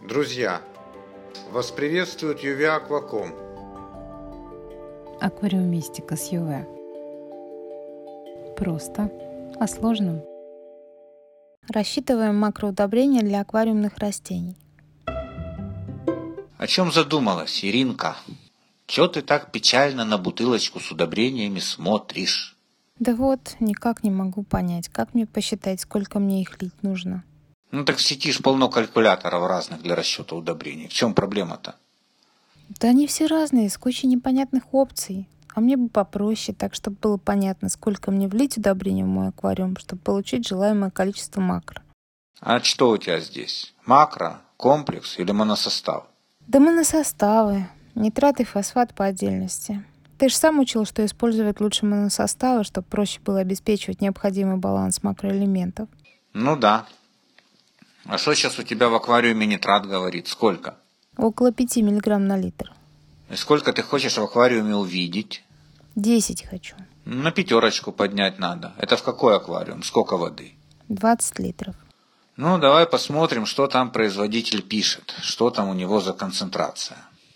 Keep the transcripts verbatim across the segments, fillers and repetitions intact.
Друзья, вас приветствует ю ви Aquacom. Аквариумистика с ю ви. Просто о сложном. Рассчитываем макроудобрения для аквариумных растений. О чем задумалась, Иринка? Чё ты так печально на бутылочку с удобрениями смотришь? Да вот, никак не могу понять, как мне посчитать, сколько мне их лить нужно. Ну так в сети ж полно калькуляторов разных для расчета удобрений. В чем проблема-то? Да они все разные, с кучей непонятных опций. А мне бы попроще, так чтобы было понятно, сколько мне влить удобрений в мой аквариум, чтобы получить желаемое количество макро. А что у тебя здесь? Макро, комплекс или моносостав? Да моносоставы, нитрат и фосфат по отдельности. Ты же сам учил, что использовать лучше моносоставы, чтобы проще было обеспечивать необходимый баланс макроэлементов. Ну да. А что сейчас у тебя в аквариуме нитрат говорит? Сколько? Около пяти миллиграмм на литр. И сколько ты хочешь в аквариуме увидеть? Десять хочу. На пятерочку поднять надо. Это в какой аквариум? Сколько воды? Двадцать литров. Ну, давай посмотрим, что там производитель пишет. Что там у него за концентрация.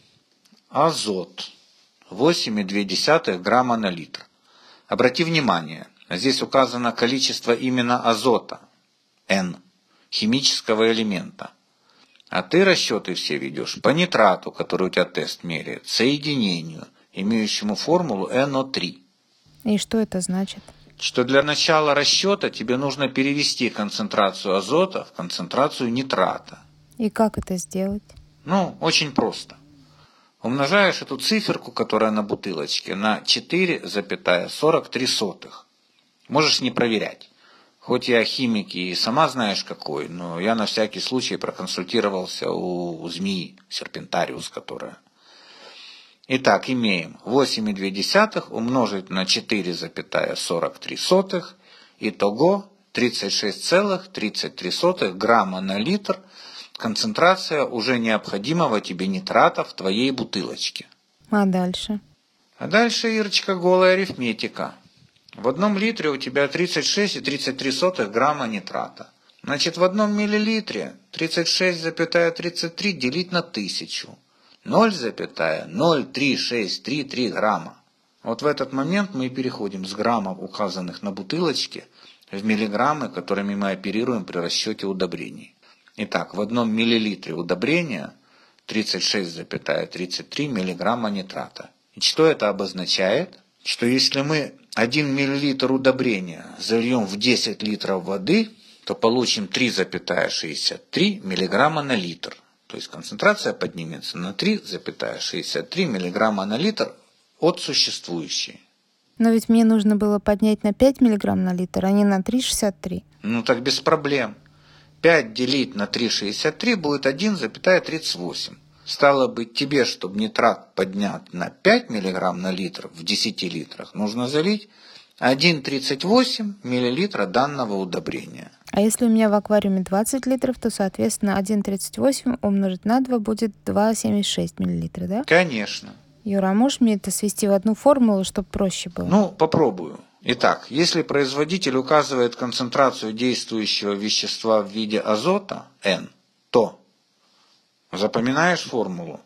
Азот. восемь и две десятых грамма на литр. Обрати внимание, здесь указано количество именно азота. N. Химического элемента. А ты расчеты все ведешь по нитрату, который у тебя тест меряет, соединению, имеющему формулу эн о три. И что это значит? Что для начала расчета тебе нужно перевести концентрацию азота в концентрацию нитрата. И как это сделать? Ну, очень просто. Умножаешь эту циферку, которая на бутылочке, на четыре целых сорок три сотых. Можешь не проверять. Хоть я химик и сама знаешь какой, но я на всякий случай проконсультировался у змеи, серпентариус, которая. Итак, имеем восемь и две десятых умножить на четыре целых сорок три сотых, итого тридцать шесть целых тридцать три сотых грамма на литр, концентрация уже необходимого тебе нитрата в твоей бутылочке. А дальше? А дальше, Ирочка, голая арифметика. В одном литре у тебя тридцать шесть и тридцать три сотых грамма нитрата. Значит, в одном миллилитре тридцать шесть целых тридцать три делить на тысячу. ноль целых ноль три шесть три три грамма. Вот в этот момент мы и переходим с граммов, указанных на бутылочке, в миллиграммы, которыми мы оперируем при расчете удобрений. Итак, в одном миллилитре удобрения тридцать шесть целых тридцать три миллиграмма нитрата. И что это обозначает? Что если мы один миллилитр удобрения зальем в десять литров воды, то получим три целых шестьдесят три миллиграмма на литр. То есть концентрация поднимется на три целых шестьдесят три миллиграмма на литр от существующей. Но ведь мне нужно было поднять на пять миллиграмм на литр, а не на три целых шестьдесят три. Ну так без проблем. пять делить на три целых шестьдесят три будет один целых тридцать восемь. Стало быть, тебе, чтобы нитрат поднять на пять миллиграмм на литр в десяти литрах, нужно залить один целых тридцать восемь миллилитра данного удобрения. А если у меня в аквариуме двадцать литров, то, соответственно, один целых тридцать восемь умножить на два будет два целых семьдесят шесть миллилитра, да? Конечно. Юра, а можешь мне это свести в одну формулу, чтобы проще было? Ну, попробую. Итак, если производитель указывает концентрацию действующего вещества в виде азота, N, то запоминаешь формулу.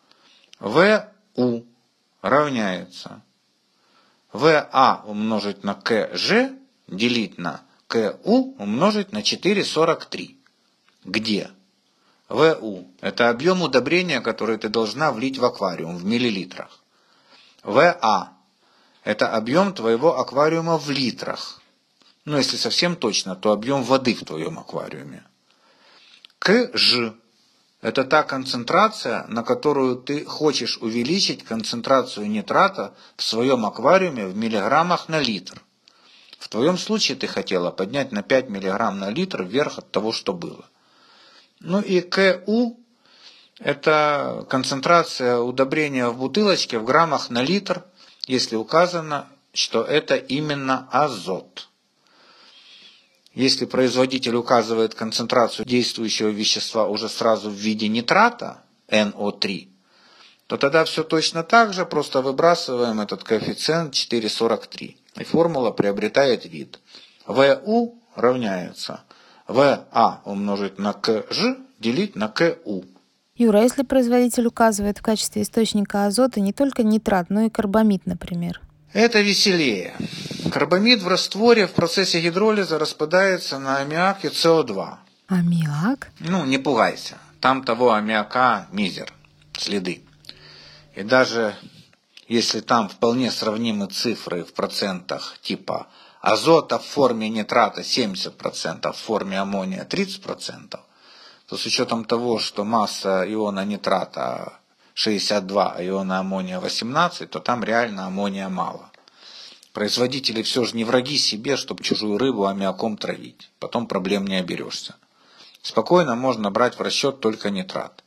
ВУ равняется ВА умножить на КЖ делить на КУ умножить на четыре целых сорок три. Где ВУ – это объем удобрения, который ты должна влить в аквариум в миллилитрах. ВА – это объем твоего аквариума в литрах. Ну, если совсем точно, то объем воды в твоем аквариуме. КЖ – это та концентрация, на которую ты хочешь увеличить концентрацию нитрата в своем аквариуме в миллиграммах на литр. В твоем случае ты хотела поднять на пять миллиграмм на литр вверх от того, что было. Ну и КУ – это концентрация удобрения в бутылочке в граммах на литр, если указано, что это именно азот. Если производитель указывает концентрацию действующего вещества уже сразу в виде нитрата, эн о три, то тогда все точно так же, просто выбрасываем этот коэффициент четыре целых сорок три. И формула приобретает вид. ВУ равняется ВА умножить на КЖ делить на КУ. Юра, а если производитель указывает в качестве источника азота не только нитрат, но и карбамид, например? Это веселее. Карбамид в растворе в процессе гидролиза распадается на аммиак и СО2. Аммиак? Ну, не пугайся. Там того аммиака мизер, следы. И даже если там вполне сравнимы цифры в процентах типа азота в форме нитрата семьдесят процентов, в форме аммония тридцать процентов, то с учетом того, что масса иона нитрата шестьдесят два, а иона аммония восемнадцать, то там реально аммония мало. Производители все же не враги себе, чтобы чужую рыбу аммиаком травить. Потом проблем не оберешься. Спокойно можно брать в расчет только нитрат.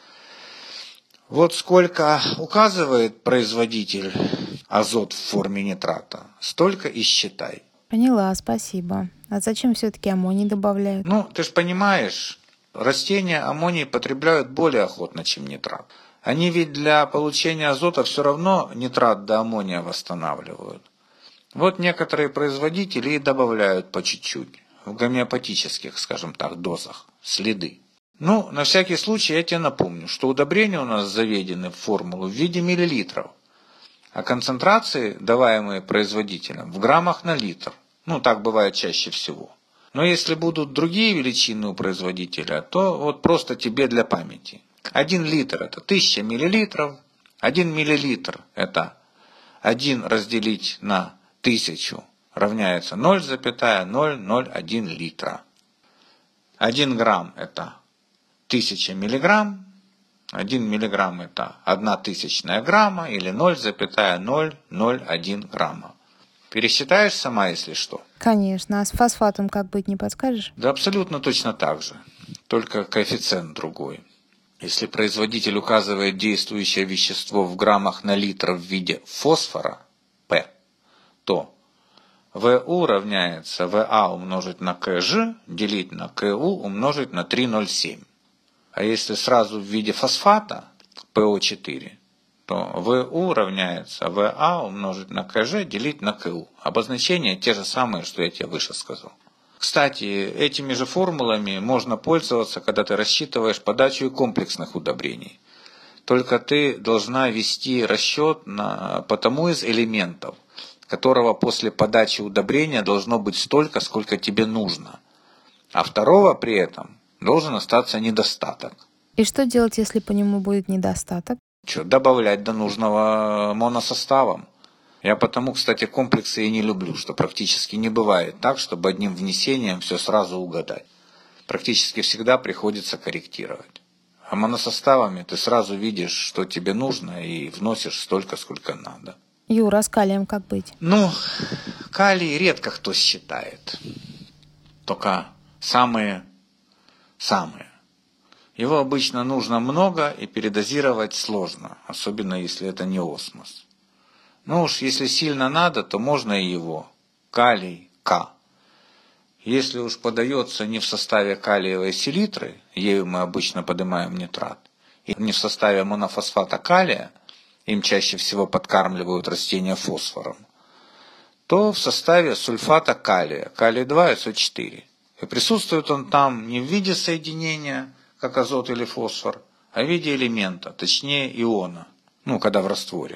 Вот сколько указывает производитель азот в форме нитрата, столько и считай. Поняла, спасибо. А зачем все-таки аммоний добавляют? Ну, ты же понимаешь, растения аммоний потребляют более охотно, чем нитрат. Они ведь для получения азота все равно нитрат до аммония восстанавливают. Вот некоторые производители и добавляют по чуть-чуть, в гомеопатических, скажем так, дозах, следы. Ну, на всякий случай я тебе напомню, что удобрения у нас заведены в формулу в виде миллилитров, а концентрации, даваемые производителям, в граммах на литр. Ну, так бывает чаще всего. Но если будут другие величины у производителя, то вот просто тебе для памяти. Один литр это тысяча миллилитров, один миллилитр это один разделить на тысячу равняется ноль целых ноль ноль один литра. один грамм это тысяча миллиграмм, один миллиграмм это одна тысячная грамма или ноль целых ноль ноль один грамма. Пересчитаешь сама, если что? Конечно. А с фосфатом как быть, не подскажешь? Да абсолютно точно так же, только коэффициент другой. Если производитель указывает действующее вещество в граммах на литр в виде фосфора, P, то ВУ равняется ВА умножить на КЖ, делить на КУ умножить на три целых ноль семь. А если сразу в виде фосфата, пэ о четыре, то ВУ равняется ВА умножить на КЖ, делить на КУ. Обозначения те же самые, что я тебе выше сказал. Кстати, этими же формулами можно пользоваться, когда ты рассчитываешь подачу комплексных удобрений. Только ты должна вести расчет на, по тому из элементов, которого после подачи удобрения должно быть столько, сколько тебе нужно. А второго при этом должен остаться недостаток. И что делать, если по нему будет недостаток? Что, добавлять до нужного моносоставом. Я потому, кстати, комплексы и не люблю, что практически не бывает так, чтобы одним внесением все сразу угадать. Практически всегда приходится корректировать. А моносоставами ты сразу видишь, что тебе нужно, и вносишь столько, сколько надо. Юра, с калием как быть? Ну, калий редко кто считает. Только самые, самые. Его обычно нужно много и передозировать сложно, особенно если это не осмос. Ну уж если сильно надо, то можно и его. Калий К. Если уж подается не в составе калиевой селитры, ею мы обычно поднимаем нитрат, и не в составе монофосфата калия, им чаще всего подкармливают растения фосфором, то в составе сульфата калия, калий два эс о четыре. И присутствует он там не в виде соединения, как азот или фосфор, а в виде элемента, точнее иона, ну, когда в растворе.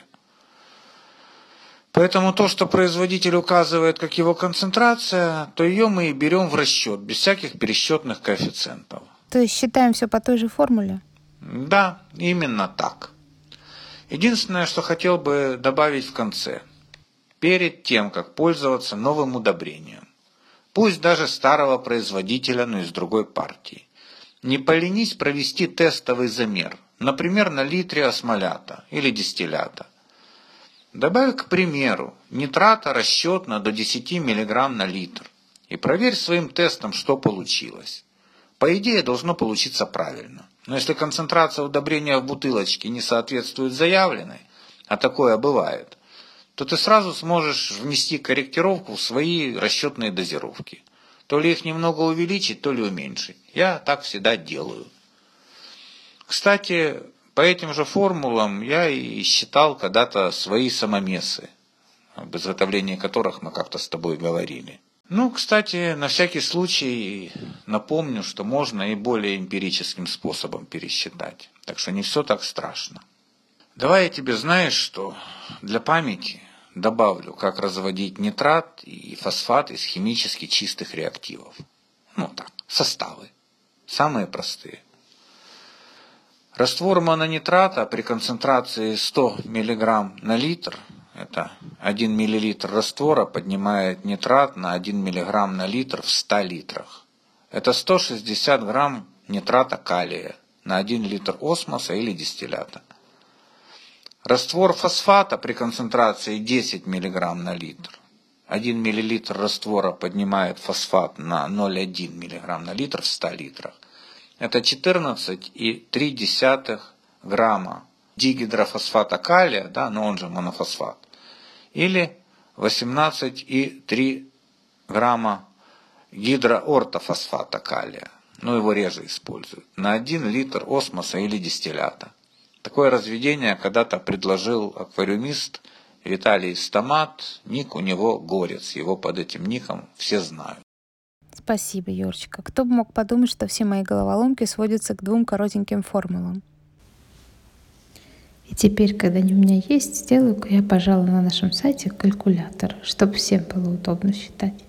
Поэтому то, что производитель указывает как его концентрация, то ее мы и берем в расчет, без всяких пересчетных коэффициентов. То есть считаем все по той же формуле? Да, именно так. Единственное, что хотел бы добавить в конце. Перед тем, как пользоваться новым удобрением, пусть даже старого производителя, но из другой партии, не поленись провести тестовый замер, например, на литре осмолята или дистиллята. Добавь, к примеру, нитрата расчетно до десяти миллиграмм на литр и проверь своим тестом, что получилось. По идее, должно получиться правильно. Но если концентрация удобрения в бутылочке не соответствует заявленной, а такое бывает, то ты сразу сможешь внести корректировку в свои расчетные дозировки. То ли их немного увеличить, то ли уменьшить. Я так всегда делаю. Кстати, по этим же формулам я и считал когда-то свои самомесы, об изготовлении которых мы как-то с тобой говорили. Ну, кстати, на всякий случай напомню, что можно и более эмпирическим способом пересчитать. Так что не все так страшно. Давай я тебе, знаешь что, для памяти добавлю, как разводить нитрат и фосфат из химически чистых реактивов. Ну так, составы. Самые простые. Раствор мононитрата при концентрации сто миллиграмм на литр, это один миллилитр раствора поднимает нитрат на один миллиграмм на литр в ста литрах. Это сто шестьдесят грамм нитрата калия на один литр осмоса или дистиллята. Раствор фосфата при концентрации десять миллиграмм на литр. один миллилитр раствора поднимает фосфат на ноль целых одна десятая миллиграмм на литр в ста литрах. Это четырнадцать целых три десятых грамма дигидрофосфата калия, да, но он же монофосфат. Или восемнадцать целых три грамма гидроортофосфата калия, но его реже используют, на один литр осмоса или дистиллята. Такое разведение когда-то предложил аквариумист Виталий Стамат, ник у него Горец, его под этим ником все знают. Спасибо, Юрочка. Кто бы мог подумать, что все мои головоломки сводятся к двум коротеньким формулам. И теперь, когда они у меня есть, сделаю-ка я, пожалуй, на нашем сайте калькулятор, чтобы всем было удобно считать.